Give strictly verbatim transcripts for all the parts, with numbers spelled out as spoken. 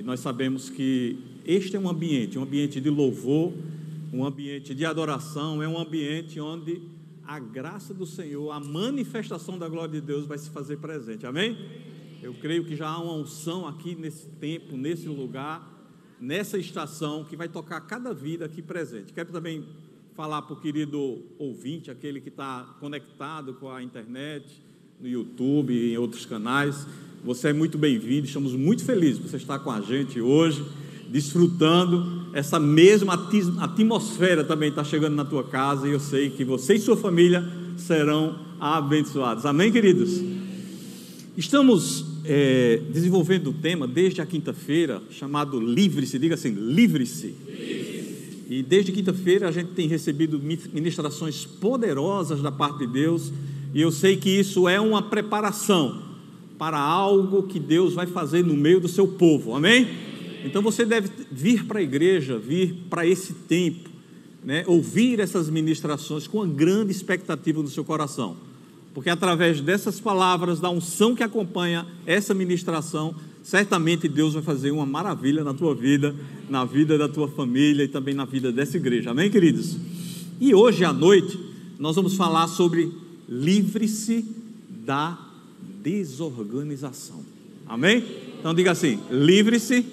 e nós sabemos que este é um ambiente, um ambiente de louvor, um ambiente de adoração, é um ambiente onde a graça do Senhor, a manifestação da glória de Deus vai se fazer presente, amém? Eu creio que já há uma unção aqui nesse tempo, nesse lugar, nessa estação, que vai tocar cada vida aqui presente. Quero também falar para o querido ouvinte, aquele que está conectado com a internet, no YouTube e em outros canais, você é muito bem-vindo, estamos muito felizes por você estar com a gente hoje, desfrutando essa mesma atmosfera também está chegando na tua casa, e eu sei que você e sua família serão abençoados, amém, queridos? Estamos é, desenvolvendo o tema desde a quinta-feira, chamado Livre-se, diga assim, livre-se, e desde quinta-feira a gente tem recebido ministrações poderosas da parte de Deus, e eu sei que isso é uma preparação para algo que Deus vai fazer no meio do seu povo, amém? Então você deve vir para a igreja, vir para esse tempo, né, ouvir essas ministrações com uma grande expectativa no seu coração, porque através dessas palavras, da unção que acompanha essa ministração, certamente Deus vai fazer uma maravilha na tua vida, na vida da tua família e também na vida dessa igreja, amém, queridos? E hoje à noite nós vamos falar sobre livre-se da desorganização, amém? Então diga assim, livre-se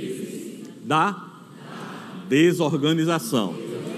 da desorganização.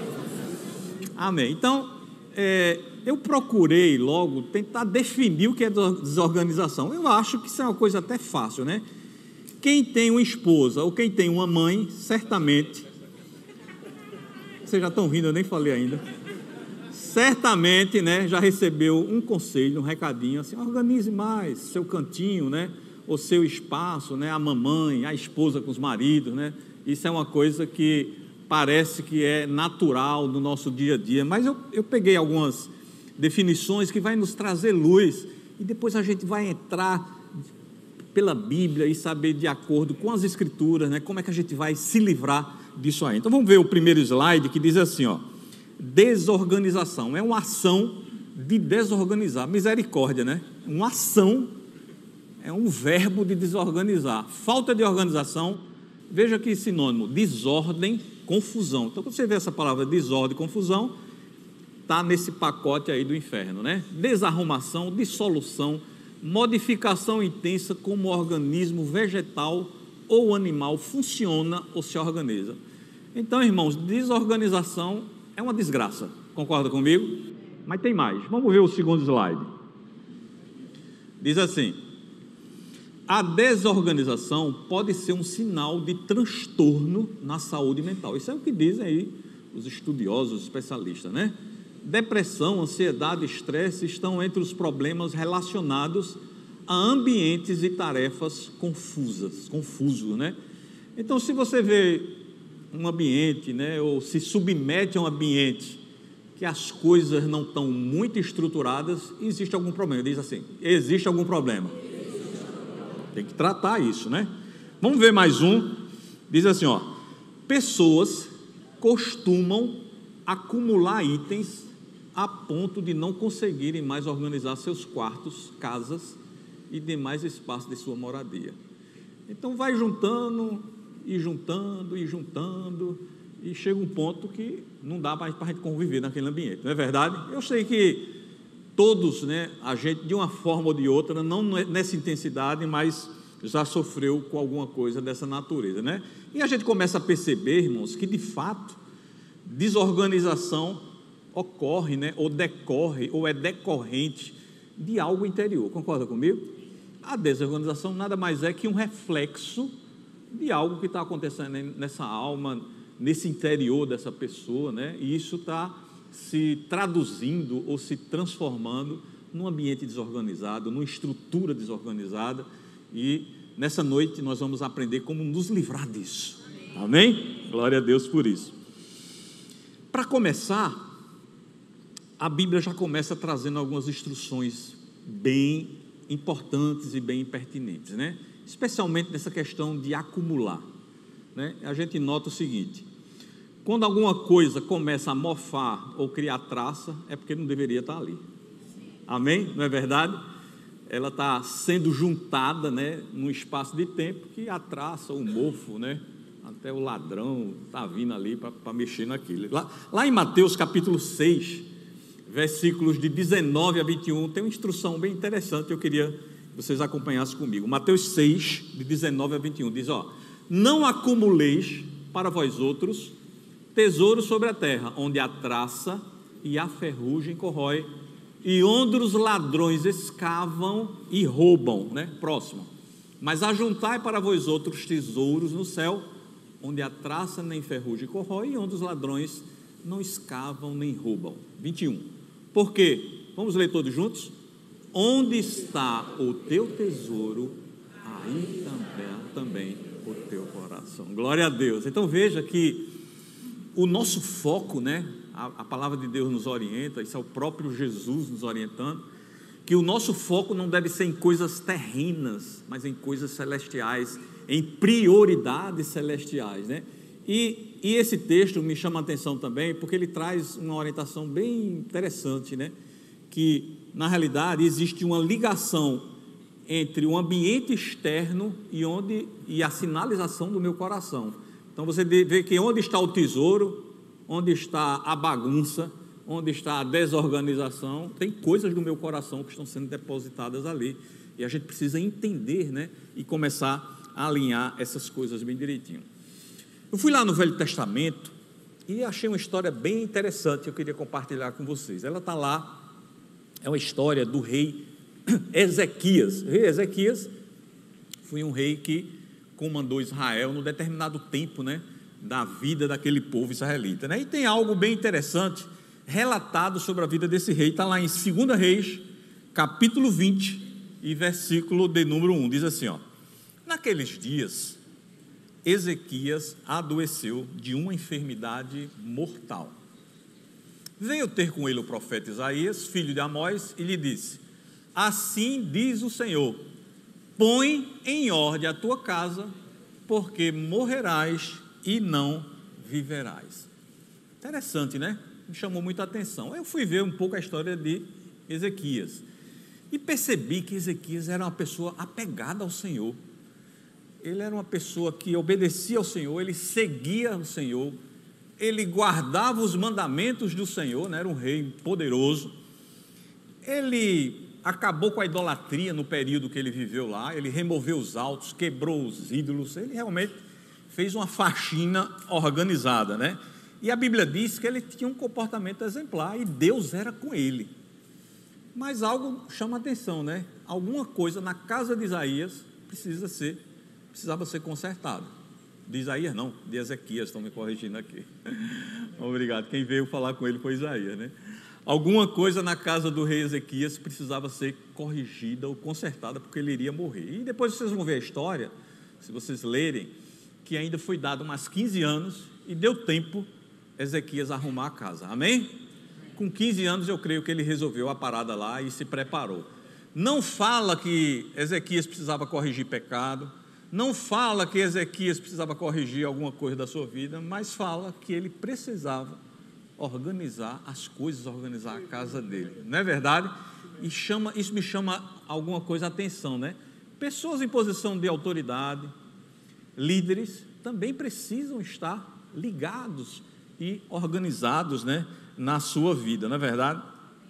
Amém. Então, é, eu procurei logo tentar definir o que é desorganização. Eu acho que isso é uma coisa até fácil, né? Quem tem uma esposa ou quem tem uma mãe, certamente, vocês já estão rindo, eu nem falei ainda, certamente, né, já recebeu um conselho, um recadinho, assim, organize mais seu cantinho, né, o seu espaço, né, a mamãe, a esposa com os maridos, né? Isso é uma coisa que parece que é natural no nosso dia a dia, mas eu, eu peguei algumas definições que vai nos trazer luz, e depois a gente vai entrar pela Bíblia e saber, de acordo com as Escrituras, né, como é que a gente vai se livrar disso aí. Então vamos ver o primeiro slide, que diz assim, ó, desorganização, é uma ação de desorganizar, misericórdia, né? Uma ação, é um verbo de desorganizar, falta de organização. Veja que sinônimo, desordem, confusão. Então, quando você vê essa palavra desordem, confusão, está nesse pacote aí do inferno, né? Desarrumação, dissolução, modificação intensa como o organismo vegetal ou animal funciona ou se organiza. Então, irmãos, desorganização é uma desgraça, concorda comigo? Mas tem mais, vamos ver o segundo slide. Diz assim, a desorganização pode ser um sinal de transtorno na saúde mental. Isso é o que dizem aí os estudiosos, os especialistas, né? Depressão, ansiedade, estresse estão entre os problemas relacionados a ambientes e tarefas confusas, confusos, né? Então, se você vê um ambiente, né, ou se submete a um ambiente que as coisas não estão muito estruturadas, existe algum problema. Diz assim, existe algum problema. Tem que tratar isso, né? Vamos ver mais um. Diz assim, ó, pessoas costumam acumular itens a ponto de não conseguirem mais organizar seus quartos, casas e demais espaços de sua moradia. Então vai juntando e juntando e juntando e chega um ponto que não dá mais para a gente conviver naquele ambiente, não é verdade? Eu sei que todos, né, a gente de uma forma ou de outra, não nessa intensidade, mas já sofreu com alguma coisa dessa natureza, né? E a gente começa a perceber, irmãos, que de fato desorganização ocorre, né, ou decorre, ou é decorrente de algo interior, concorda comigo? A desorganização nada mais é que um reflexo de algo que está acontecendo nessa alma, nesse interior dessa pessoa, né? E isso está se traduzindo ou se transformando num ambiente desorganizado, numa estrutura desorganizada, e nessa noite nós vamos aprender como nos livrar disso, amém? Glória a Deus por isso. Para começar, a Bíblia já começa trazendo algumas instruções bem importantes e bem pertinentes, né? Especialmente nessa questão de acumular, né? A gente nota o seguinte, quando alguma coisa começa a mofar ou criar traça, é porque não deveria estar ali, amém? Não é verdade? ela está sendo juntada, né, num espaço de tempo que a traça, o mofo, né, até o ladrão está vindo ali para mexer naquilo. Lá, lá em Mateus capítulo seis, versículos de dezenove a vinte e um, tem uma instrução bem interessante, eu queria que vocês acompanhassem comigo. Mateus seis, de dezenove a vinte e um, diz, ó: não acumuleis para vós outros tesouros sobre a terra, onde a traça e a ferrugem corrói, e onde os ladrões escavam e roubam, né? Próximo. Mas ajuntai para vós outros tesouros no céu, onde a traça nem ferrugem corrói, e onde os ladrões não escavam nem roubam. vinte e um. Por quê? Vamos ler todos juntos? Onde está o teu tesouro, aí também, também o teu coração. Glória a Deus. Então veja que o nosso foco, né? A, a palavra de Deus nos orienta, isso é o próprio Jesus nos orientando, que o nosso foco não deve ser em coisas terrenas, mas em coisas celestiais, em prioridades celestiais, né? E, e esse texto me chama a atenção também, porque ele traz uma orientação bem interessante, né? Que, na realidade, existe uma ligação entre o ambiente externo e, onde, e a sinalização do meu coração. Então, você vê que onde está o tesouro, onde está a bagunça, onde está a desorganização, tem coisas do meu coração que estão sendo depositadas ali, e a gente precisa entender, né? E começar a alinhar essas coisas bem direitinho. Eu fui lá no Velho Testamento e achei uma história bem interessante, eu queria compartilhar com vocês. Ela está lá, é uma história do rei Ezequias. O rei Ezequias foi um rei que comandou Israel num determinado tempo, né, da vida daquele povo israelita, né? E tem algo bem interessante relatado sobre a vida desse rei, está lá em Segunda Reis, capítulo vinte, e versículo de número um, diz assim, ó: naqueles dias, Ezequias adoeceu de uma enfermidade mortal. Veio ter com ele o profeta Isaías, filho de Amós, e lhe disse: assim diz o Senhor, põe em ordem a tua casa, porque morrerás e não viverás. Interessante, né? Me chamou muita atenção. Eu fui ver um pouco a história de Ezequias e percebi que Ezequias era uma pessoa apegada ao Senhor. Ele era uma pessoa que obedecia ao Senhor, ele seguia o Senhor, ele guardava os mandamentos do Senhor, né? Era um rei poderoso. Ele acabou com a idolatria no período que ele viveu lá, ele removeu os altos, quebrou os ídolos, ele realmente fez uma faxina organizada, né? E a Bíblia diz que ele tinha um comportamento exemplar e Deus era com ele. Mas algo chama a atenção, né? Alguma coisa na casa de Isaías precisa ser, precisava ser consertada. De Isaías não, de Ezequias, estão me corrigindo aqui. Obrigado, quem veio falar com ele foi Isaías, né? Alguma coisa na casa do rei Ezequias precisava ser corrigida ou consertada, porque ele iria morrer. E depois vocês vão ver a história, se vocês lerem, que ainda foi dado mais quinze anos e deu tempo Ezequias arrumar a casa, amém? Com quinze anos eu creio que ele resolveu a parada lá e se preparou. Não fala que Ezequias precisava corrigir pecado, não fala que Ezequias precisava corrigir alguma coisa da sua vida, mas fala que ele precisava organizar as coisas, organizar a casa dele, não é verdade? E chama, isso me chama alguma coisa a atenção, né? Pessoas em posição de autoridade, líderes, também precisam estar ligados e organizados, né, na sua vida, não é verdade?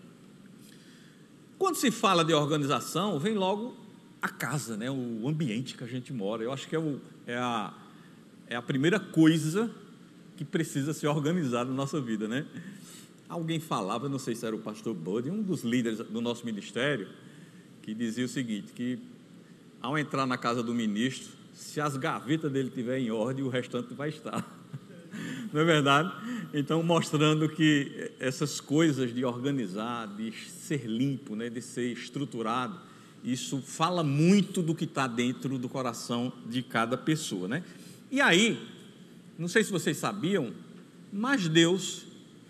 Quando se fala de organização, vem logo a casa, né, o ambiente que a gente mora. Eu acho que é, o, é, a, é a primeira coisa que precisa ser organizada na nossa vida, né? Alguém falava, não sei se era o pastor Buddy, um dos líderes do nosso ministério, que dizia o seguinte, que ao entrar na casa do ministro, se as gavetas dele estiverem em ordem, o restante vai estar. Não é verdade? Então, mostrando que essas coisas de organizar, de ser limpo, né, de ser estruturado, isso fala muito do que está dentro do coração de cada pessoa, né? E aí, não sei se vocês sabiam, mas Deus,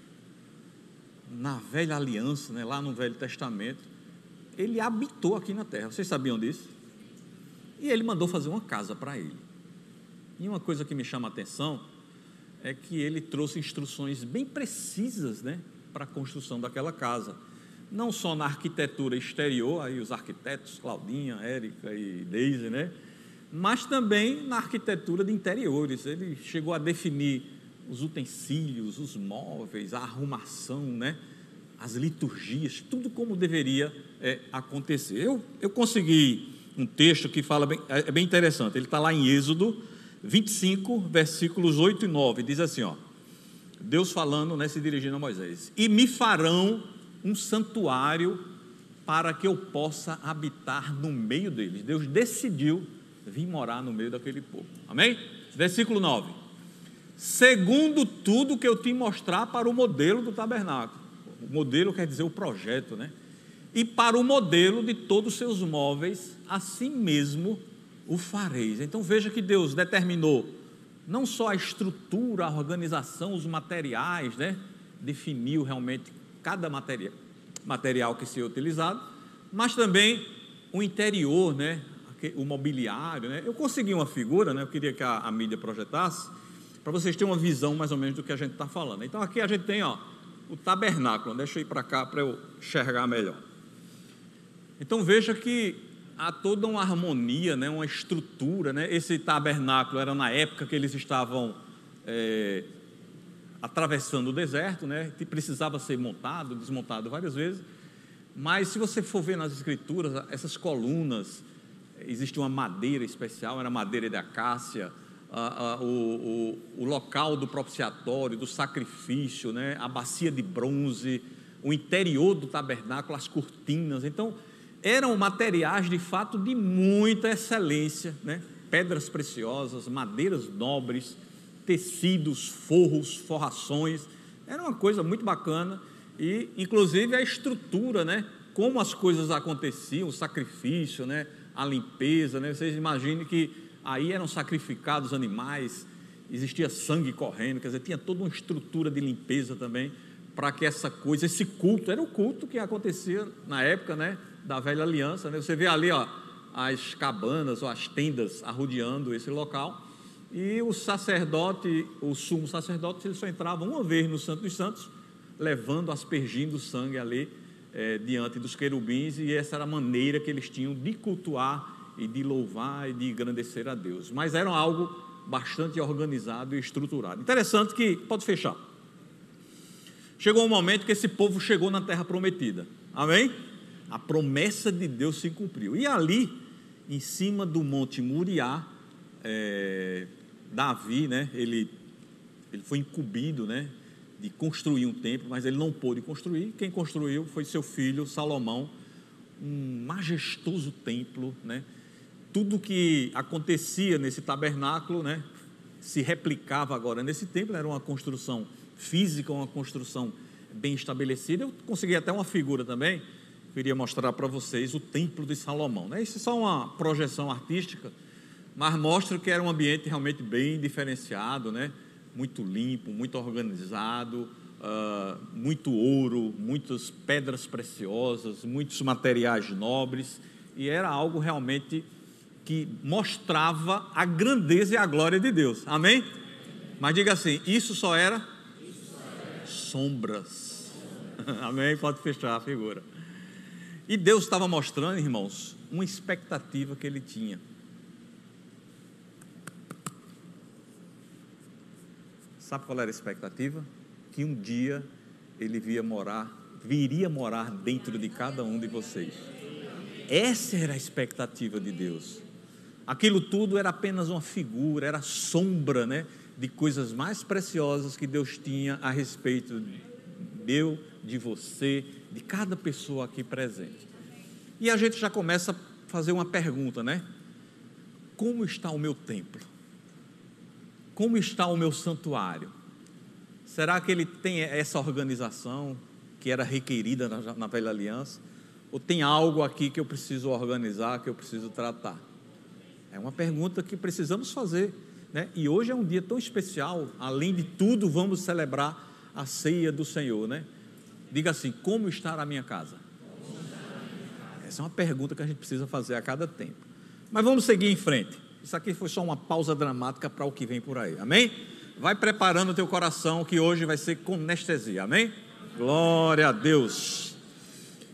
na velha aliança, né, lá no Velho Testamento, ele habitou aqui na terra. Vocês sabiam disso? E ele mandou fazer uma casa para ele. E uma coisa que me chama a atenção é que ele trouxe instruções bem precisas, né, para a construção daquela casa. não só na arquitetura exterior, aí os arquitetos, Claudinha, Érica e Deise, né? Mas também na arquitetura de interiores. Ele chegou a definir os utensílios, os móveis, a arrumação, né? As liturgias, tudo como deveria é, acontecer. Eu, eu consegui um texto que fala bem, é bem interessante. Ele está lá em Êxodo vinte e cinco, versículos oito e nove. Diz assim, ó, Deus falando, né, se dirigindo a Moisés: e me farão um santuário para que eu possa habitar no meio deles. Deus decidiu vir morar no meio daquele povo. Amém? Versículo nove: segundo tudo que eu te mostrar para o modelo do tabernáculo. O modelo quer dizer o projeto, né? E para o modelo de todos os seus móveis, assim mesmo o fareis. Então veja que Deus determinou não só a estrutura, a organização, os materiais, né? Definiu realmente cada material, material que seria utilizado, mas também o interior, né? O mobiliário, né? Eu consegui uma figura, né? Eu queria que a, a mídia projetasse, para vocês terem uma visão mais ou menos do que a gente está falando. Então aqui a gente tem, ó, o tabernáculo. Deixa eu ir para cá para eu enxergar melhor. Então veja que há toda uma harmonia, né? Uma estrutura, né? Esse tabernáculo era na época que eles estavam é, atravessando o deserto, né? Que precisava ser montado, desmontado várias vezes. Mas se você for ver nas escrituras, essas colunas, existe uma madeira especial, era madeira de acácia, a, a, o, o, o local do propiciatório, do sacrifício, né? A bacia de bronze, o interior do tabernáculo, as cortinas. Então eram materiais de fato de muita excelência, né? Pedras preciosas, madeiras nobres, tecidos, forros, forrações. Era uma coisa muito bacana. E inclusive a estrutura, né? Como as coisas aconteciam, o sacrifício, né? A limpeza, né? Vocês imaginem que aí eram sacrificados animais, existia sangue correndo, quer dizer, tinha toda uma estrutura de limpeza também, para que essa coisa, esse culto, era o culto que acontecia na época, né? Da velha aliança, né? Você vê ali, ó, as cabanas ou as tendas arrodeando esse local, e o sacerdote, o sumo sacerdote, ele só entrava uma vez no Santo dos Santos, levando, aspergindo sangue ali é, diante dos querubins, e essa era a maneira que eles tinham de cultuar e de louvar e de engrandecer a Deus. Mas era algo bastante organizado e estruturado. Interessante que, pode fechar, chegou um momento que esse povo chegou na terra prometida, amém? A promessa de Deus se cumpriu, e ali, em cima do monte Moriá, é, Davi, né, ele, ele foi incumbido, né, de construir um templo, mas ele não pôde construir. Quem construiu foi seu filho Salomão, um majestoso templo, né? Tudo que acontecia nesse tabernáculo, né, se replicava agora nesse templo. Era uma construção física, uma construção bem estabelecida. Eu consegui até uma figura também, queria mostrar para vocês o templo de Salomão, né? Isso é só uma projeção artística, mas mostra que era um ambiente realmente bem diferenciado, né? Muito limpo, muito organizado, uh, muito ouro, muitas pedras preciosas, muitos materiais nobres, e era algo realmente que mostrava a grandeza e a glória de Deus, amém? Mas diga assim, isso só era, isso só era. sombras, amém? Pode fechar a figura. E Deus estava mostrando, irmãos, uma expectativa que ele tinha. Sabe qual era a expectativa? Que um dia ele viria morar, viria morar dentro de cada um de vocês. Essa era a expectativa de Deus. Aquilo tudo era apenas uma figura, era sombra, né, de coisas mais preciosas que Deus tinha a respeito de eu, de você, de cada pessoa aqui presente. E a gente já começa a fazer uma pergunta, né? Como está o meu templo? Como está o meu santuário? Será que ele tem essa organização que era requerida na, na velha aliança? Ou tem algo aqui que eu preciso organizar, que eu preciso tratar? É uma pergunta que precisamos fazer, né? E hoje é um dia tão especial, além de tudo, vamos celebrar a ceia do Senhor, né? Diga assim, como está a minha casa? Essa é uma pergunta que a gente precisa fazer a cada tempo. Mas vamos seguir em frente. Isso aqui foi só uma pausa dramática para o que vem por aí, amém? Vai preparando o teu coração, que hoje vai ser com anestesia, amém? Glória a Deus.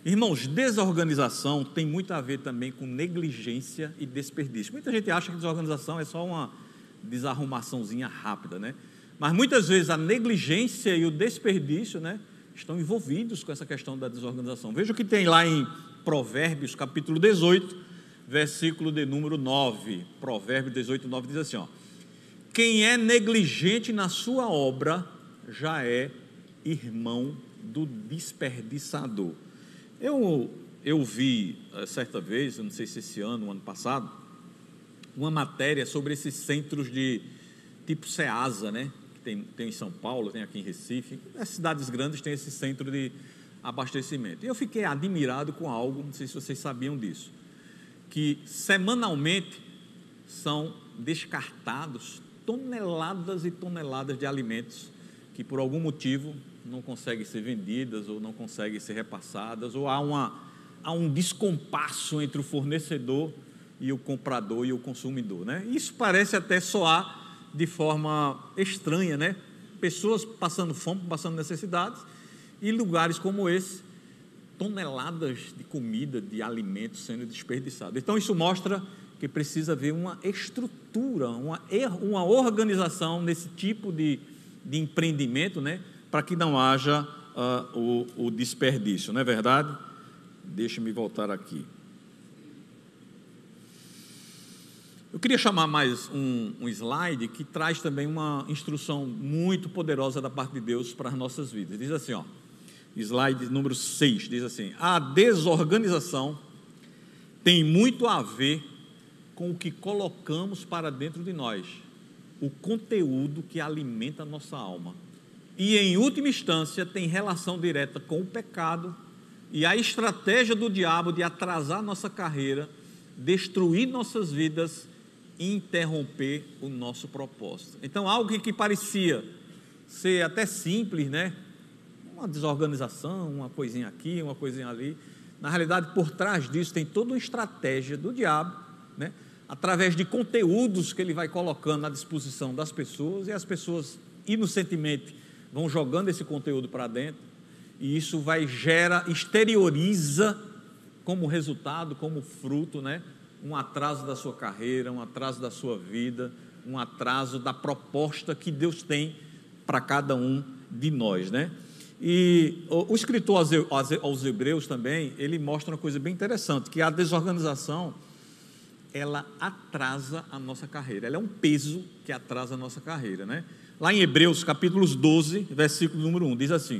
Irmãos, desorganização tem muito a ver também com negligência e desperdício. Muita gente acha que desorganização é só uma desarrumaçãozinha rápida, né? Mas muitas vezes a negligência e o desperdício, né, estão envolvidos com essa questão da desorganização. Veja o que tem lá em Provérbios, capítulo dezoito, versículo de número nove. Provérbios dezoito, nove diz assim, ó: quem é negligente na sua obra já é irmão do desperdiçador. Eu, eu vi, certa vez, eu não sei se esse ano ou ano passado, uma matéria sobre esses centros de tipo Ceasa, né? Que tem, tem em São Paulo, tem aqui em Recife. As cidades grandes têm esse centro de abastecimento. E eu fiquei admirado com algo, não sei se vocês sabiam disso, que semanalmente são descartados toneladas e toneladas de alimentos que por algum motivo não conseguem ser vendidas ou não conseguem ser repassadas, ou há, uma, há um descompasso entre o fornecedor e o comprador e o consumidor, né? Isso parece até soar de forma estranha, né? Pessoas passando fome, passando necessidades, e lugares como esse, toneladas de comida, de alimentos sendo desperdiçados. Então isso mostra que precisa haver uma estrutura, uma, uma organização nesse tipo de, de empreendimento, né? Para que não haja uh, o, o desperdício, não é verdade? Deixa-me voltar aqui. Eu queria chamar mais um, um slide que traz também uma instrução muito poderosa da parte de Deus para as nossas vidas. Diz assim, ó, slide número seis, diz assim: a desorganização tem muito a ver com o que colocamos para dentro de nós, o conteúdo que alimenta a nossa alma. E, em última instância, tem relação direta com o pecado e a estratégia do diabo de atrasar nossa carreira, destruir nossas vidas e interromper o nosso propósito. Então, algo que parecia ser até simples, né? Uma desorganização, uma coisinha aqui, uma coisinha ali. Na realidade, por trás disso tem toda uma estratégia do diabo, né? Através de conteúdos que ele vai colocando à disposição das pessoas, e as pessoas inocentemente vão jogando esse conteúdo para dentro, e isso vai, gera, exterioriza como resultado, como fruto, né? Um atraso da sua carreira, um atraso da sua vida, um atraso da proposta que Deus tem para cada um de nós, né? E o, o escritor aos, aos, aos Hebreus também, ele mostra uma coisa bem interessante, que a desorganização, ela atrasa a nossa carreira, ela é um peso que atrasa a nossa carreira, né? Lá em Hebreus, capítulo doze, versículo número um, diz assim: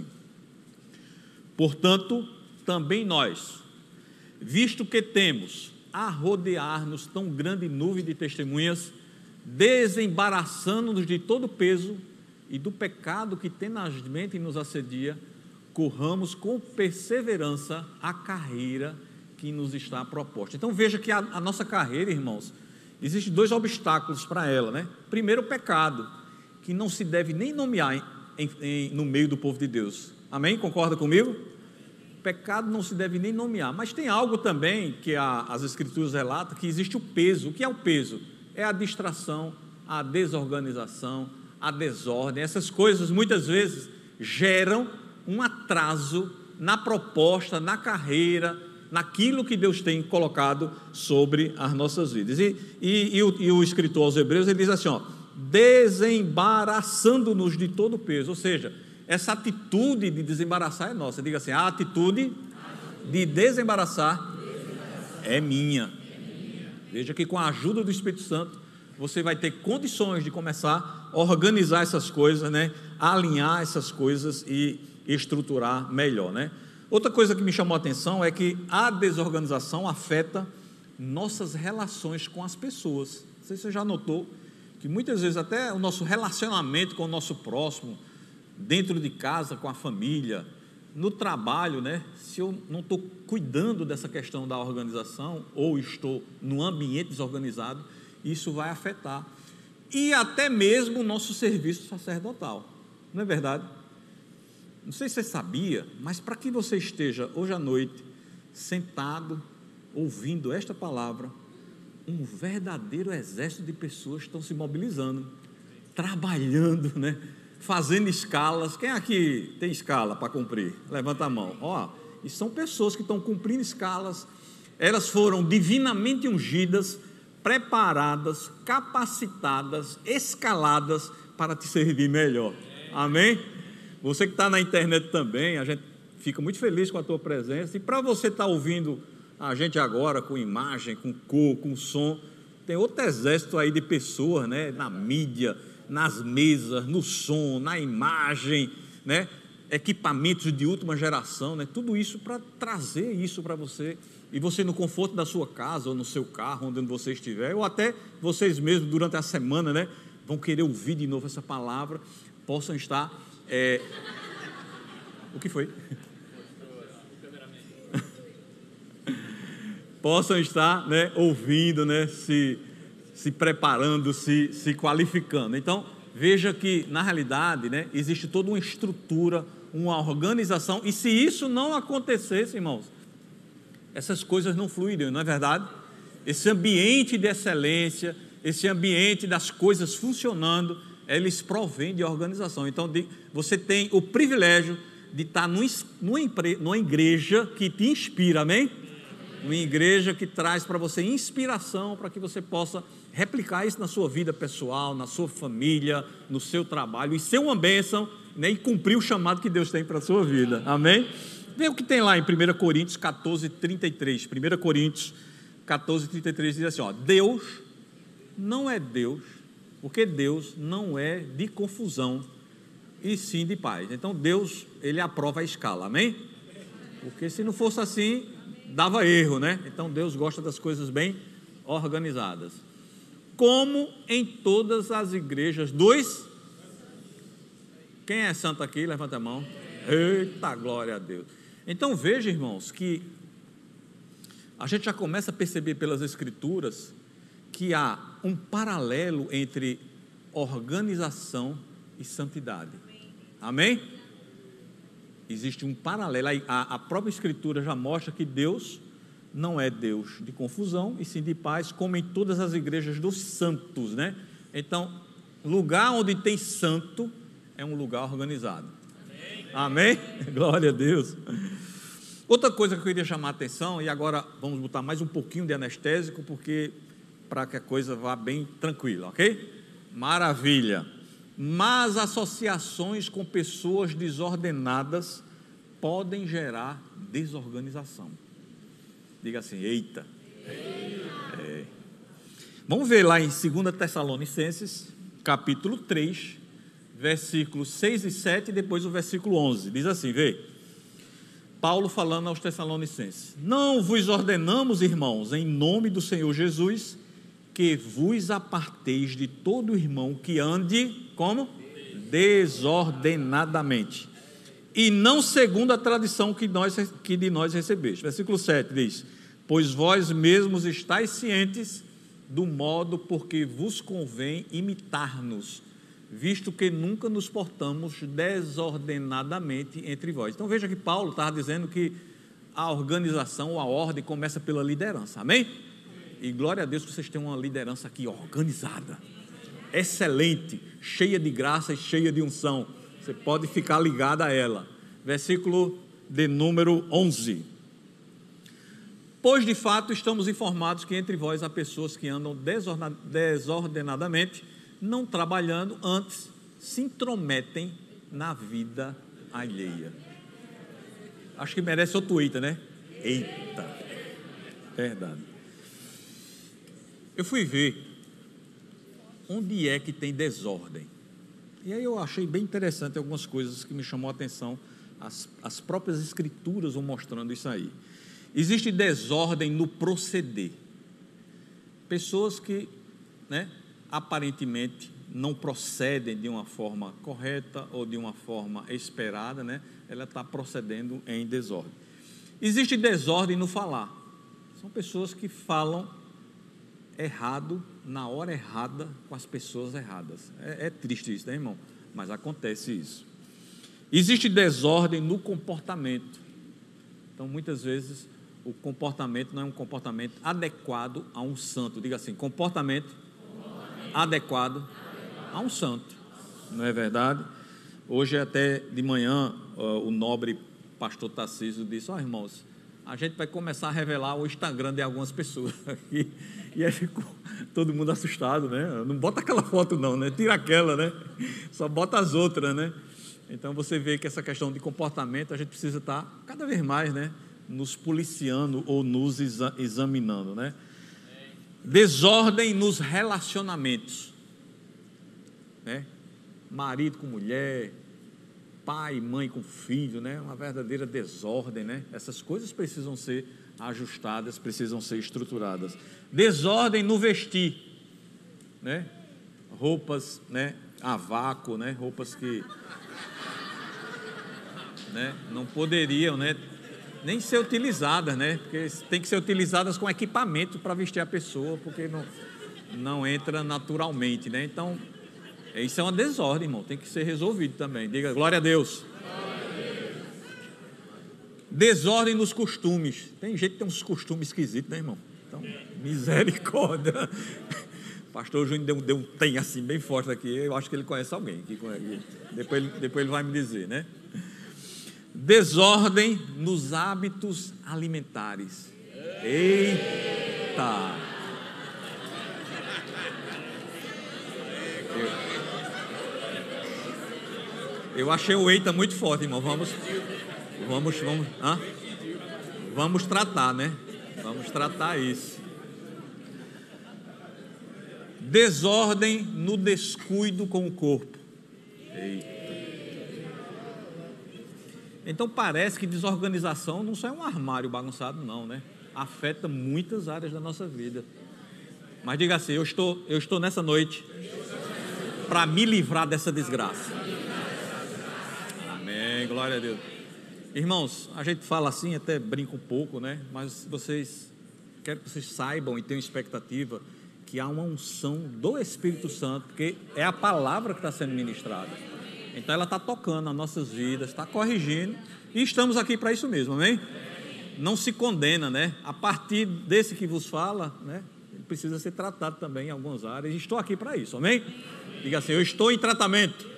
portanto, também nós, visto que temos a rodear-nos tão grande nuvem de testemunhas, desembaraçando-nos de todo o peso e do pecado que tenazmente nos assedia, corramos com perseverança a carreira que nos está proposta. Então veja que a, a nossa carreira, irmãos, existem dois obstáculos para ela, né? Primeiro, o pecado, que não se deve nem nomear em, em, em, no meio do povo de Deus. Amém? Concorda comigo? Pecado não se deve nem nomear, mas tem algo também que a, as escrituras relatam, que existe o peso. O que é o peso? É a distração, a desorganização, a desordem. Essas coisas muitas vezes geram um atraso na proposta, na carreira, naquilo que Deus tem colocado sobre as nossas vidas. E, e, e, o, e o escritor aos Hebreus, ele diz assim, ó, desembaraçando-nos de todo o peso, ou seja, essa atitude de desembaraçar é nossa. Diga assim: a atitude de desembaraçar é minha. Veja que com a ajuda do Espírito Santo, você vai ter condições de começar a organizar essas coisas, né? Alinhar essas coisas e estruturar melhor, né? Outra coisa que me chamou a atenção é que a desorganização afeta nossas relações com as pessoas. Não sei se você já notou que muitas vezes até o nosso relacionamento com o nosso próximo, dentro de casa, com a família, no trabalho, né? Se eu não estou cuidando dessa questão da organização, ou estou num ambiente desorganizado, isso vai afetar, e até mesmo o nosso serviço sacerdotal, não é verdade? Não sei se você sabia, mas para que você esteja hoje à noite, sentado, ouvindo esta palavra, um verdadeiro exército de pessoas estão se mobilizando, trabalhando, né? Fazendo escalas. Quem aqui tem escala para cumprir? Levanta a mão. Ó, E são pessoas que estão cumprindo escalas, elas foram divinamente ungidas, preparadas, capacitadas, escaladas para te servir melhor. Amém? Você que está na internet também, a gente fica muito feliz com a tua presença. E para você estar ouvindo a gente agora com imagem, com cor, com som, tem outro exército aí de pessoas, né? Na mídia, nas mesas, no som, na imagem, né? Equipamentos de última geração, né? Tudo isso para trazer isso para você, e você no conforto da sua casa ou no seu carro, onde você estiver, ou até vocês mesmos durante a semana, né? Vão querer ouvir de novo essa palavra, possam estar... É... O que foi? Possam estar, né, ouvindo, né, se, se preparando, se, se qualificando. Então, veja que, na realidade, né, existe toda uma estrutura, uma organização, e se isso não acontecesse, irmãos, essas coisas não fluiriam, não é verdade? Esse ambiente de excelência, esse ambiente das coisas funcionando, eles provêm de organização. Então, você tem o privilégio de estar numa igreja que te inspira, amém? Uma igreja que traz para você inspiração, para que você possa replicar isso na sua vida pessoal, na sua família, no seu trabalho, e ser uma bênção, né, e cumprir o chamado que Deus tem para a sua vida, amém? Vê o que tem lá em primeira Coríntios catorze, trinta e três. primeira Coríntios catorze, trinta e três diz assim, ó, Deus não é Deus, porque Deus não é de confusão, e sim de paz. Então Deus, Ele aprova a escala, amém? Porque se não fosse assim, dava erro, né? Então Deus gosta das coisas bem organizadas. Como em todas as igrejas dos... Quem é santo aqui? Levanta a mão. Eita, glória a Deus. Então veja, irmãos, que a gente já começa a perceber pelas Escrituras que há um paralelo entre organização e santidade. Amém? Existe um paralelo, a, a própria Escritura já mostra que Deus não é Deus de confusão, e sim de paz, como em todas as igrejas dos santos, né? Então, lugar onde tem santo é um lugar organizado. Amém? Amém? Glória a Deus. Outra coisa que eu queria chamar a atenção, e agora vamos botar mais um pouquinho de anestésico, porque para que a coisa vá bem tranquila, ok? Maravilha. Mas associações com pessoas desordenadas podem gerar desorganização. Diga assim, eita. É. Vamos ver lá em segunda Tessalonicenses, capítulo três, versículos seis e sete, e depois o versículo onze. Diz assim, vê. Paulo falando aos Tessalonicenses: não vos ordenamos, irmãos, em nome do Senhor Jesus, que vos aparteis de todo irmão que ande, como? Desordenadamente, e não segundo a tradição que, nós, que de nós recebeste. Versículo sete diz: pois vós mesmos estáis cientes do modo por que vos convém imitar-nos, visto que nunca nos portamos desordenadamente entre vós. Então veja que Paulo estava dizendo que a organização, a ordem começa pela liderança, amém? E glória a Deus que vocês têm uma liderança aqui organizada, excelente, cheia de graça e cheia de unção. Você pode ficar ligado a ela. Versículo de número onze: pois de fato estamos informados que entre vós há pessoas que andam desordenadamente, não trabalhando, antes se intrometem na vida alheia. Acho que merece outro eita, né? Eita, verdade. Eu fui ver onde é que tem desordem, e aí eu achei bem interessante algumas coisas que me chamou a atenção. As, as próprias Escrituras vão mostrando isso aí. Existe desordem no proceder. Pessoas que, né, aparentemente não procedem de uma forma correta ou de uma forma esperada, né? Ela está procedendo em desordem. Existe desordem no falar. São pessoas que falam errado na hora errada com as pessoas erradas. É, é triste isso, né, irmão? Mas acontece isso. Existe desordem no comportamento. Então, muitas vezes, o comportamento não é um comportamento adequado a um santo. Diga assim, comportamento, comportamento. Adequado, adequado a um santo. Não é verdade? Hoje, até de manhã, o nobre pastor Tarcísio disse: ó, oh, irmãos, a gente vai começar a revelar o Instagram de algumas pessoas aqui. E aí ficou todo mundo assustado, né? Não bota aquela foto não, né? Tira aquela, né? Só bota as outras, né? Então você vê que essa questão de comportamento a gente precisa estar cada vez mais, né, nos policiando ou nos exa- examinando, né? Desordem nos relacionamentos, né? Marido com mulher, pai e mãe com filho, né? Uma verdadeira desordem, né? Essas coisas precisam ser ajustadas, precisam ser estruturadas. Desordem no vestir, né? Roupas, né, a vácuo, né? Roupas que, né, não poderiam, né, nem ser utilizadas, né? Porque tem que ser utilizadas com equipamento para vestir a pessoa, porque não, não entra naturalmente, né? Então, isso é uma desordem, irmão, tem que ser resolvido também. Diga glória a Deus. Glória a Deus. Desordem nos costumes. Tem gente que tem uns costumes esquisitos, né, irmão? Então, misericórdia. Pastor Júnior deu, deu um tem assim bem forte aqui. Eu acho que ele conhece alguém que conhece. Depois, ele, depois ele vai me dizer, né? Desordem nos hábitos alimentares. Eita! Eu, eu achei o eita muito forte, irmão. Vamos, vamos, vamos, hã? Vamos tratar, né? Vamos tratar isso. Desordem no descuido com o corpo. Eita. Então parece que desorganização não só é um armário bagunçado, não, né? Afeta muitas áreas da nossa vida. Mas diga assim: eu estou, eu estou nessa noite para me livrar dessa desgraça. Amém, glória a Deus. Irmãos, a gente fala assim, até brinca um pouco, né? Mas vocês, quero que vocês saibam e tenham expectativa que há uma unção do Espírito Santo, porque é a palavra que está sendo ministrada. Então ela está tocando nas nossas vidas, está corrigindo, e estamos aqui para isso mesmo, amém? Não se condena, né? A partir desse que vos fala, né, ele precisa ser tratado também em algumas áreas, e estou aqui para isso, amém? Diga assim: eu estou em tratamento.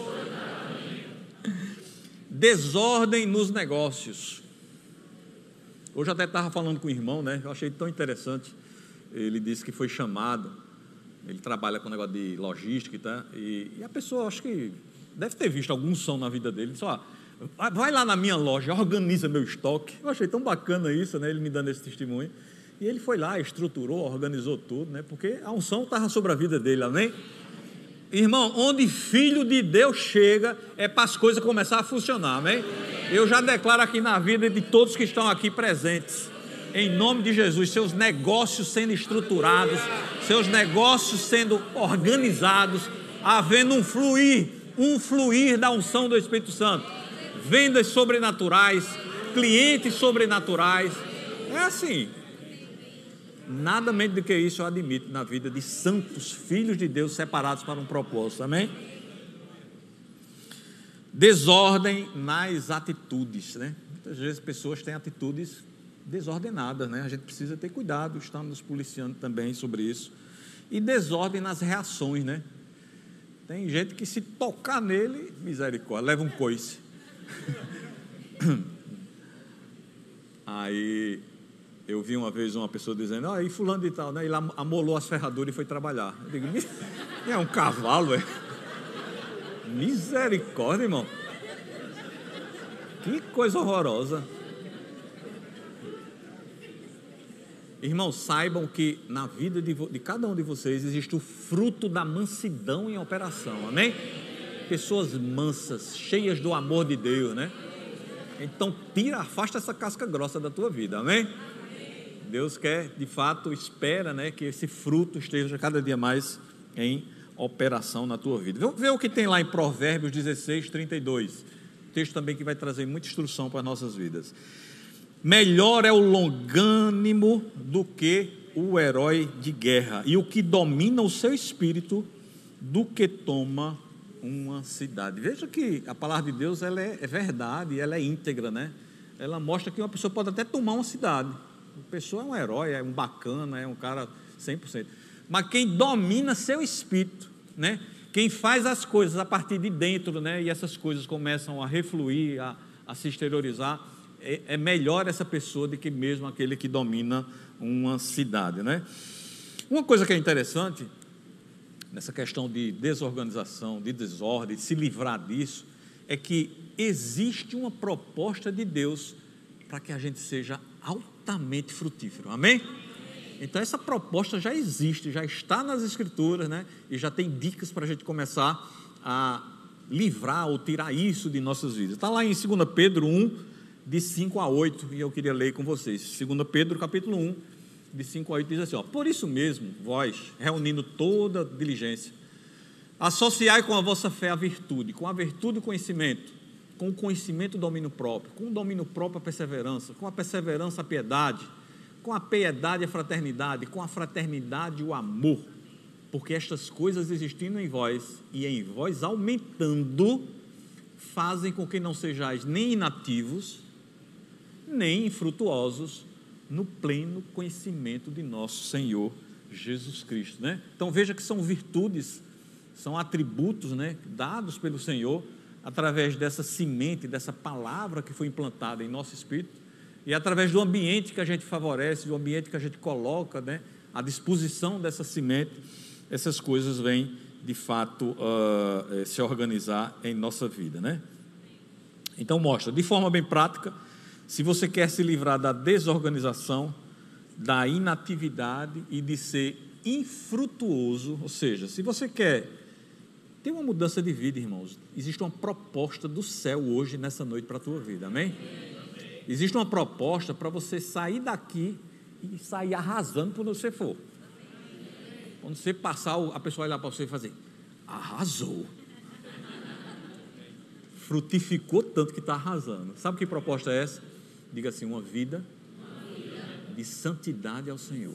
Desordem nos negócios. Hoje até estava falando com o irmão, né? Eu achei tão interessante. Ele disse que foi chamado, ele trabalha com negócio de logística, tá? e, e a pessoa, acho que deve ter visto algum som na vida dele. Ele disse: ó, vai lá na minha loja, organiza meu estoque. Eu achei tão bacana isso, né? Ele me dando esse testemunho. E ele foi lá, estruturou, organizou tudo, né? Porque a unção estava sobre a vida dele, amém? Irmão, onde filho de Deus chega, é para as coisas começar a funcionar, amém? Eu já declaro aqui na vida de todos que estão aqui presentes, em nome de Jesus, seus negócios sendo estruturados, seus negócios sendo organizados, havendo um fluir, um fluir da unção do Espírito Santo, vendas sobrenaturais, clientes sobrenaturais. É assim, nada menos do que isso eu admito na vida de santos filhos de Deus separados para um propósito, amém? Desordem nas atitudes, né? Muitas vezes pessoas têm atitudes desordenadas, né? A gente precisa ter cuidado, estamos nos policiando também sobre isso. E desordem nas reações, né? Tem gente que se tocar nele, misericórdia, leva um coice. Aí eu vi uma vez uma pessoa dizendo: ah, e fulano de tal, né? Ele amolou as ferraduras e foi trabalhar. Eu digo: é um cavalo, é? Misericórdia, irmão. Que coisa horrorosa. Irmãos, saibam que na vida de, de cada um de vocês existe o fruto da mansidão em operação, amém? Pessoas mansas, cheias do amor de Deus, né? Então tira, afasta essa casca grossa da tua vida, amém? Deus quer, de fato, espera, né, que esse fruto esteja cada dia mais em operação na tua vida. Vamos ver o que tem lá em Provérbios dezesseis, trinta e dois, texto também que vai trazer muita instrução para as nossas vidas. Melhor é o longânimo do que o herói de guerra, e o que domina o seu espírito do que toma uma cidade. Veja que a palavra de Deus, ela é, é verdade, ela é íntegra, né? Ela mostra que uma pessoa pode até tomar uma cidade. A pessoa é um herói, é um bacana, é um cara cem por cento. Mas quem domina seu espírito, né? Quem faz as coisas a partir de dentro, né? E essas coisas começam a refluir, a, a se exteriorizar, é, é melhor essa pessoa do que mesmo aquele que domina uma cidade, né? Uma coisa que é interessante nessa questão de desorganização, de desordem, de se livrar disso, é que existe uma proposta de Deus para que a gente seja altamente frutífero, amém? Então essa proposta já existe, já está nas Escrituras, né? E já tem dicas para a gente começar a livrar ou tirar isso de nossas vidas. Está lá em segunda Pedro um, de cinco a oito, e eu queria ler com vocês. segunda Pedro capítulo um, de cinco a oito, diz assim, ó, por isso mesmo, vós, reunindo toda diligência, associai com a vossa fé a virtude, com a virtude o conhecimento, com o conhecimento o domínio próprio, com o domínio próprio a perseverança, com a perseverança a piedade, com a piedade a fraternidade, com a fraternidade o amor, porque estas coisas existindo em vós e em vós aumentando, fazem com que não sejais nem inativos, nem infrutuosos no pleno conhecimento de nosso Senhor Jesus Cristo, né? Então veja que são virtudes, são atributos, né, dados pelo Senhor através dessa semente, dessa palavra que foi implantada em nosso espírito e através do ambiente que a gente favorece, do ambiente que a gente coloca, né, à disposição dessa semente, essas coisas vêm de fato uh, se organizar em nossa vida, né? Então mostra, de forma bem prática, se você quer se livrar da desorganização, da inatividade e de ser infrutuoso, ou seja, se você quer ter uma mudança de vida, irmãos, existe uma proposta do céu hoje, nessa noite, para a tua vida, amém? Existe uma proposta para você sair daqui e sair arrasando por onde você for. Quando você passar, a pessoa olhar para você e fazer, arrasou. Frutificou tanto que está arrasando. Sabe que proposta é essa? Diga assim, uma vida de santidade ao Senhor.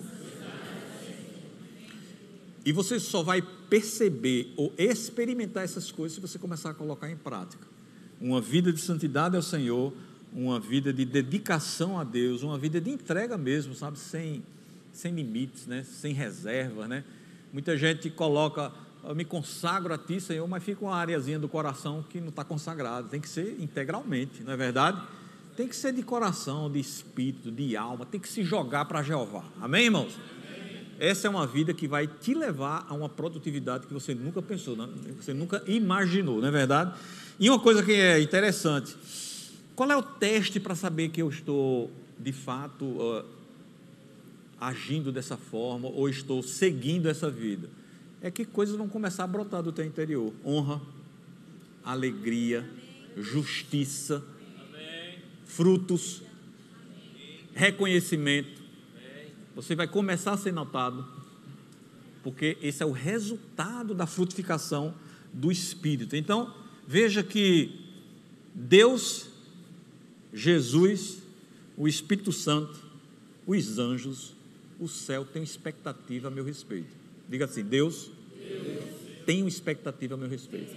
E você só vai perceber ou experimentar essas coisas se você começar a colocar em prática. Uma vida de santidade ao Senhor, uma vida de dedicação a Deus, uma vida de entrega mesmo, sabe? Sem, sem limites, né? Sem reservas, né? Muita gente coloca, eu me consagro a Ti, Senhor, mas fica uma areazinha do coração que não está consagrado. Tem que ser integralmente, não é verdade? Tem que ser de coração, de espírito, de alma, tem que se jogar para Jeová. Amém, irmãos? Amém. Essa é uma vida que vai te levar a uma produtividade que você nunca pensou, não? Você nunca imaginou, não é verdade? E uma coisa que é interessante, qual é o teste para saber que eu estou, de fato, uh, agindo dessa forma ou estou seguindo essa vida? É que coisas vão começar a brotar do teu interior. Honra, alegria, justiça, frutos, reconhecimento. Você vai começar a ser notado, porque esse é o resultado da frutificação do Espírito. Então, veja que Deus, Jesus, o Espírito Santo, os anjos, o céu tem expectativa a meu respeito. Diga assim, Deus, Deus. tem uma expectativa a meu respeito.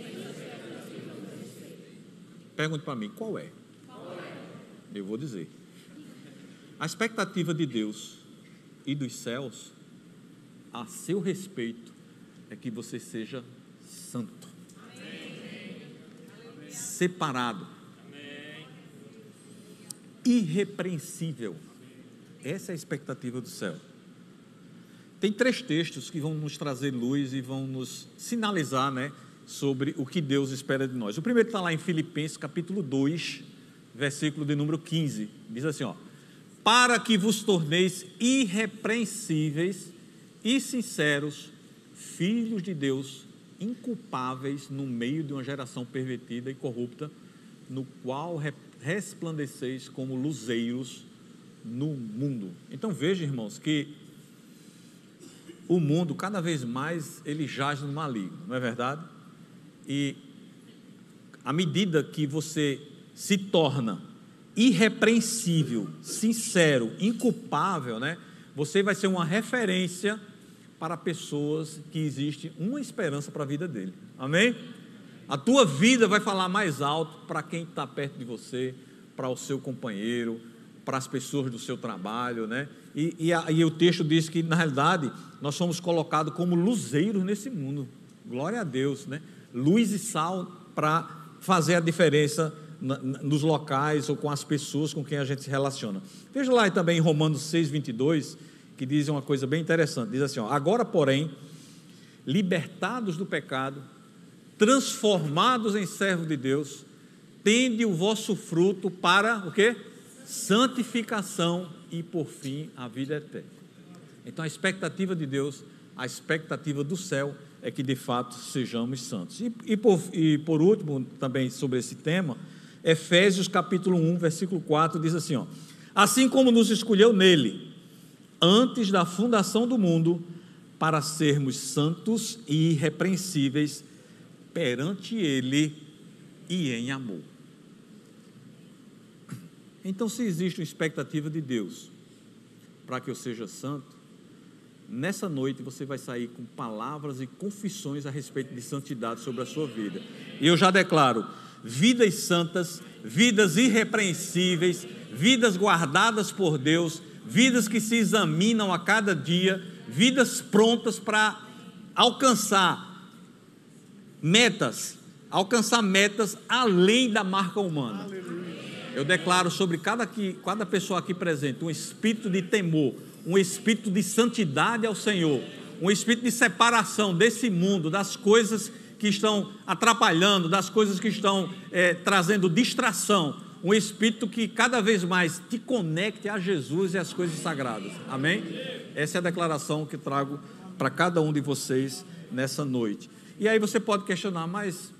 Pergunte para mim, qual é? Eu vou dizer. A expectativa de Deus e dos céus a seu respeito é que você seja santo, Amém. separado, Amém. irrepreensível. Essa é a expectativa do céu. Tem três textos que vão nos trazer luz e vão nos sinalizar, né, sobre o que Deus espera de nós. O primeiro está lá em Filipenses capítulo dois, versículo de número quinze, diz assim, ó, para que vos torneis irrepreensíveis e sinceros, filhos de Deus, inculpáveis no meio de uma geração pervertida e corrupta, no qual resplandeceis como luzeiros no mundo. Então veja, irmãos, que o mundo, cada vez mais, ele jaz no maligno, não é verdade? E à medida que você se torna irrepreensível, sincero, inculpável, né? Você vai ser uma referência para pessoas que existe uma esperança para a vida dele. Amém? A tua vida vai falar mais alto para quem está perto de você, para o seu companheiro, para as pessoas do seu trabalho, né? E, e, a, e o texto diz que, na realidade, nós somos colocados como luzeiros nesse mundo. Glória a Deus, né? Luz e sal para fazer a diferença na, nos locais ou com as pessoas com quem a gente se relaciona. Veja lá também em Romanos seis, vinte e dois, que diz uma coisa bem interessante, diz assim, ó, agora porém, libertados do pecado, transformados em servos de Deus, tende o vosso fruto para o quê? Santificação e por fim a vida eterna. Então a expectativa de Deus, a expectativa do céu é que de fato sejamos santos. E, e, por, e por último, também sobre esse tema, Efésios capítulo um, versículo quatro, diz assim, ó, assim como nos escolheu nele, antes da fundação do mundo, para sermos santos e irrepreensíveis perante ele e em amor. Então, se existe uma expectativa de Deus para que eu seja santo, nessa noite você vai sair com palavras e confissões a respeito de santidade sobre a sua vida. E eu já declaro, vidas santas, vidas irrepreensíveis, vidas guardadas por Deus, vidas que se examinam a cada dia, vidas prontas para alcançar metas, alcançar metas além da marca humana. Eu declaro sobre cada, aqui, cada pessoa aqui presente um espírito de temor, um espírito de santidade ao Senhor, um espírito de separação desse mundo, das coisas que estão atrapalhando, das coisas que estão é, trazendo distração, um espírito que cada vez mais te conecte a Jesus e às coisas sagradas. Amém? Essa é a declaração que trago para cada um de vocês nessa noite. E aí você pode questionar, mas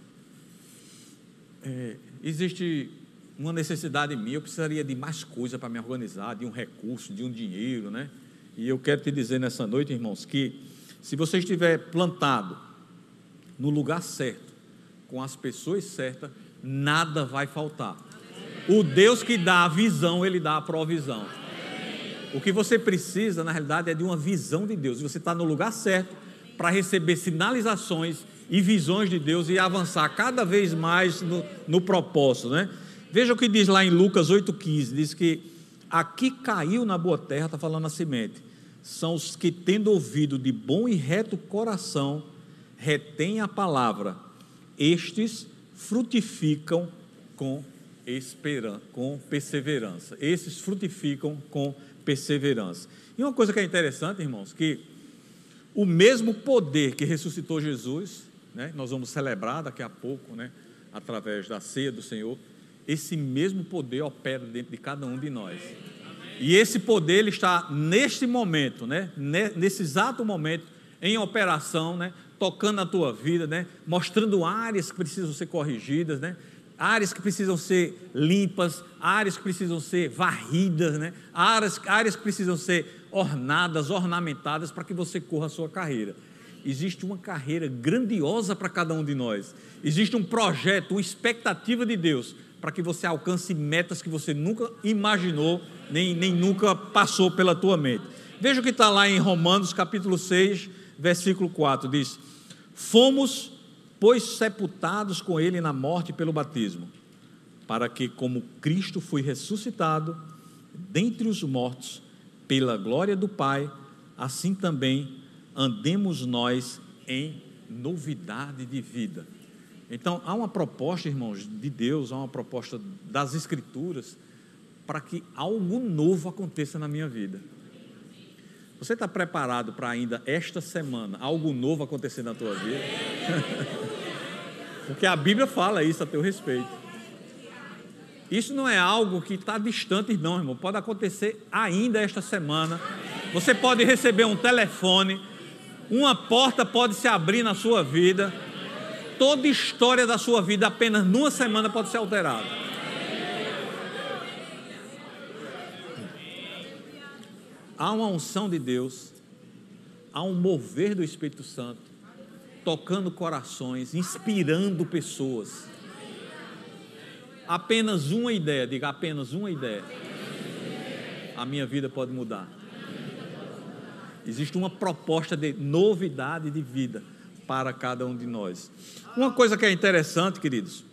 é, existe uma necessidade minha, eu precisaria de mais coisa para me organizar, de um recurso, de um dinheiro, né? E eu quero te dizer nessa noite, irmãos, que se você estiver plantado no lugar certo, com as pessoas certas, nada vai faltar. O Deus que dá a visão, Ele dá a provisão. O que você precisa, na realidade, é de uma visão de Deus. Você está no lugar certo para receber sinalizações e visões de Deus e avançar cada vez mais no, no propósito, né? Veja o que diz lá em Lucas oito, quinze, diz que aqui caiu na boa terra, está falando a semente, são os que tendo ouvido de bom e reto coração, retém a palavra, estes frutificam com esperança, com perseverança, esses frutificam com perseverança. E uma coisa que é interessante, irmãos, que o mesmo poder que ressuscitou Jesus, né, nós vamos celebrar daqui a pouco, né, através da ceia do Senhor, esse mesmo poder opera dentro de cada um de nós. E esse poder ele está neste momento, né, nesse exato momento, em operação, né, tocando na tua vida, né, mostrando áreas que precisam ser corrigidas, né, áreas que precisam ser limpas, áreas que precisam ser varridas, né, áreas, áreas que precisam ser ornadas, ornamentadas para que você corra a sua carreira. Existe uma carreira grandiosa para cada um de nós. Existe um projeto, uma expectativa de Deus para que você alcance metas que você nunca imaginou, nem, nem nunca passou pela tua mente. Veja o que está lá em Romanos capítulo seis, versículo quatro, diz, fomos, pois, sepultados com ele na morte pelo batismo, para que, como Cristo foi ressuscitado dentre os mortos, pela glória do Pai, assim também andemos nós em novidade de vida. Então, há uma proposta, irmãos, de Deus, há uma proposta das Escrituras, para que algo novo aconteça na minha vida. Você está preparado para ainda esta semana algo novo acontecer na tua vida? Porque a Bíblia fala isso a teu respeito. Isso não é algo que está distante, não, irmão. Pode acontecer ainda esta semana. Você pode receber um telefone, uma porta pode se abrir na sua vida. Toda a história da sua vida, apenas numa semana, pode ser alterada. Há uma unção de Deus, há um mover do Espírito Santo, tocando corações, inspirando pessoas. Apenas uma ideia, diga apenas uma ideia, a minha vida pode mudar. Existe uma proposta de novidade de vida para cada um de nós. Uma coisa que é interessante, queridos,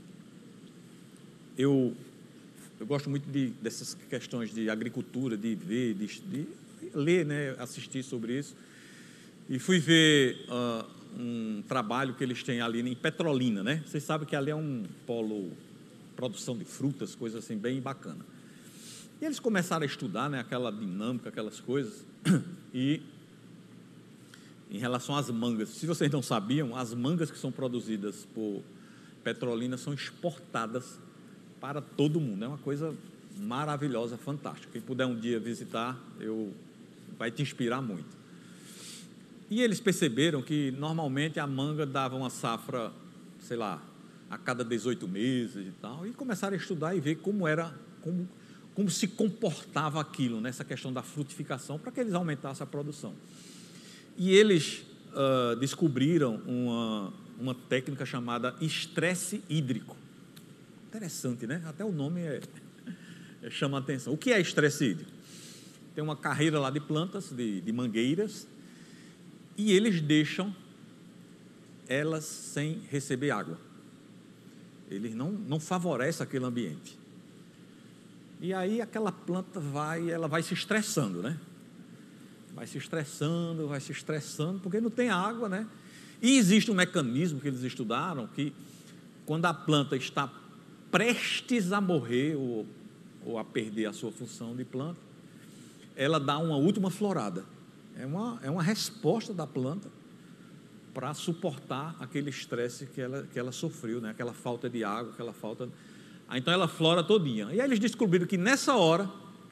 eu, eu gosto muito de, dessas questões de agricultura, de ver, de, de ler, né, assistir sobre isso, e fui ver uh, um trabalho que eles têm ali em Petrolina, né? Vocês sabem que ali é um polo produção de frutas, coisas assim bem bacana. E eles começaram a estudar, né, aquela dinâmica, aquelas coisas, e em relação às mangas, se vocês não sabiam, as mangas que são produzidas por Petrolina são exportadas para todo mundo, é uma coisa maravilhosa, fantástica. Quem puder um dia visitar, eu, vai te inspirar muito. E eles perceberam que normalmente a manga dava uma safra, sei lá, a cada dezoito meses e tal, e começaram a estudar e ver como era, como, como se comportava aquilo, nessa questão da frutificação, para que eles aumentassem a produção. E eles uh, descobriram uma, uma técnica chamada estresse hídrico. Interessante, né? Até o nome é, é, chama a atenção. O que é estresse hídrico? Tem uma carreira lá de plantas, de, de mangueiras, e eles deixam elas sem receber água. Eles não, não favorecem aquele ambiente. E aí aquela planta vai, ela vai se estressando, né? Vai se estressando, vai se estressando, porque não tem água, né? E existe um mecanismo que eles estudaram, que quando a planta está prestes a morrer ou, ou a perder a sua função de planta, ela dá uma última florada. É uma, é uma resposta da planta para suportar aquele estresse que ela, que ela sofreu, né? Aquela falta de água, aquela falta... Então ela flora todinha. E aí eles descobriram que nessa hora,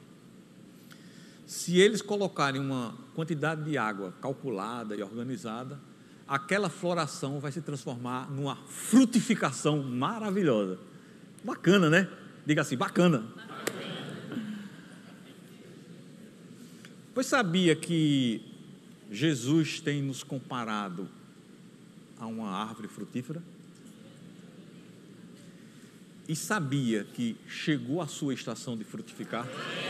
se eles colocarem uma quantidade de água calculada e organizada, aquela floração vai se transformar numa frutificação maravilhosa. Bacana, né? Diga assim, bacana. Pois sabia que Jesus tem nos comparado a uma árvore frutífera? E sabia que chegou a sua estação de frutificar?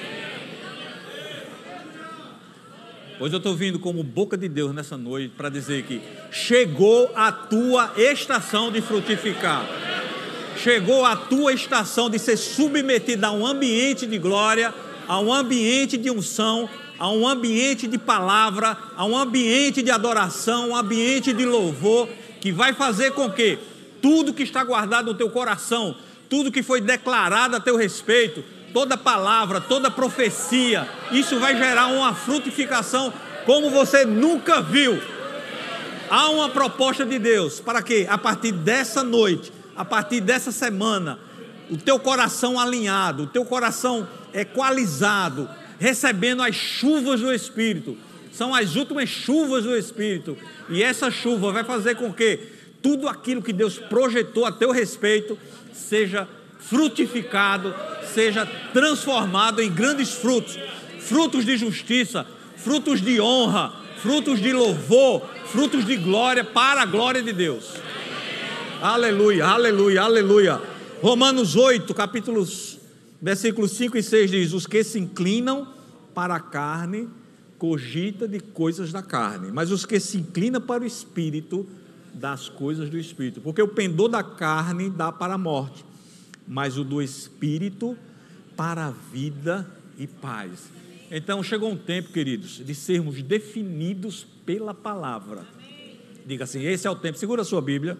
Pois eu estou vindo como boca de Deus nessa noite para dizer que chegou a tua estação de frutificar. Chegou a tua estação de ser submetida a um ambiente de glória, a um ambiente de unção, a um ambiente de palavra, a um ambiente de adoração, um ambiente de louvor, que vai fazer com que tudo que está guardado no teu coração, tudo que foi declarado a teu respeito, toda palavra, toda profecia, isso vai gerar uma frutificação como você nunca viu. Há uma proposta de Deus para que a partir dessa noite, a partir dessa semana, o teu coração alinhado, o teu coração equalizado, recebendo as chuvas do Espírito, são as últimas chuvas do Espírito, e essa chuva vai fazer com que tudo aquilo que Deus projetou a teu respeito seja frutificado, seja transformado em grandes frutos, frutos de justiça, frutos de honra, frutos de louvor, frutos de glória para a glória de Deus. Aleluia, aleluia, aleluia. Romanos oito, capítulos, versículos cinco e seis diz: os que se inclinam para a carne cogita de coisas da carne, mas os que se inclinam para o Espírito, das coisas do Espírito, porque o pendor da carne dá para a morte, mas o do Espírito para a vida e paz. Então chegou um tempo, queridos, de sermos definidos pela palavra. Diga assim, esse é o tempo. Segura a sua Bíblia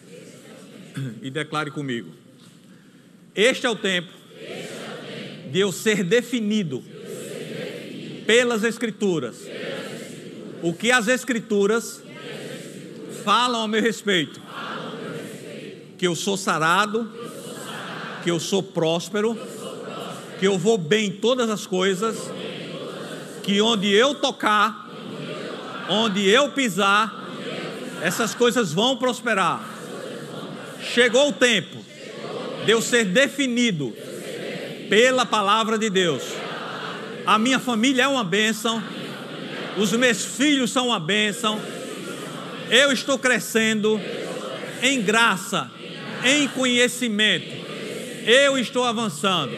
e declare comigo: este é o tempo de eu ser definido pelas Escrituras. O que as Escrituras falam ao meu respeito: que eu sou sarado, que eu sou próspero, que eu vou bem em todas as coisas, que onde eu tocar, onde eu pisar, essas coisas vão prosperar. Chegou o tempo de eu ser definido pela palavra de Deus. A minha família é uma bênção, os meus filhos são uma bênção, eu estou crescendo em graça, em conhecimento, eu estou avançando.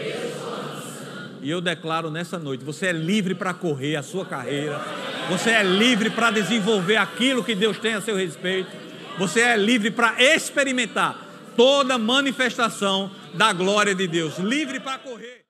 E eu declaro nessa noite: você é livre para correr a sua carreira, você é livre para desenvolver aquilo que Deus tem a seu respeito, você é livre para experimentar toda manifestação da glória de Deus, livre para correr.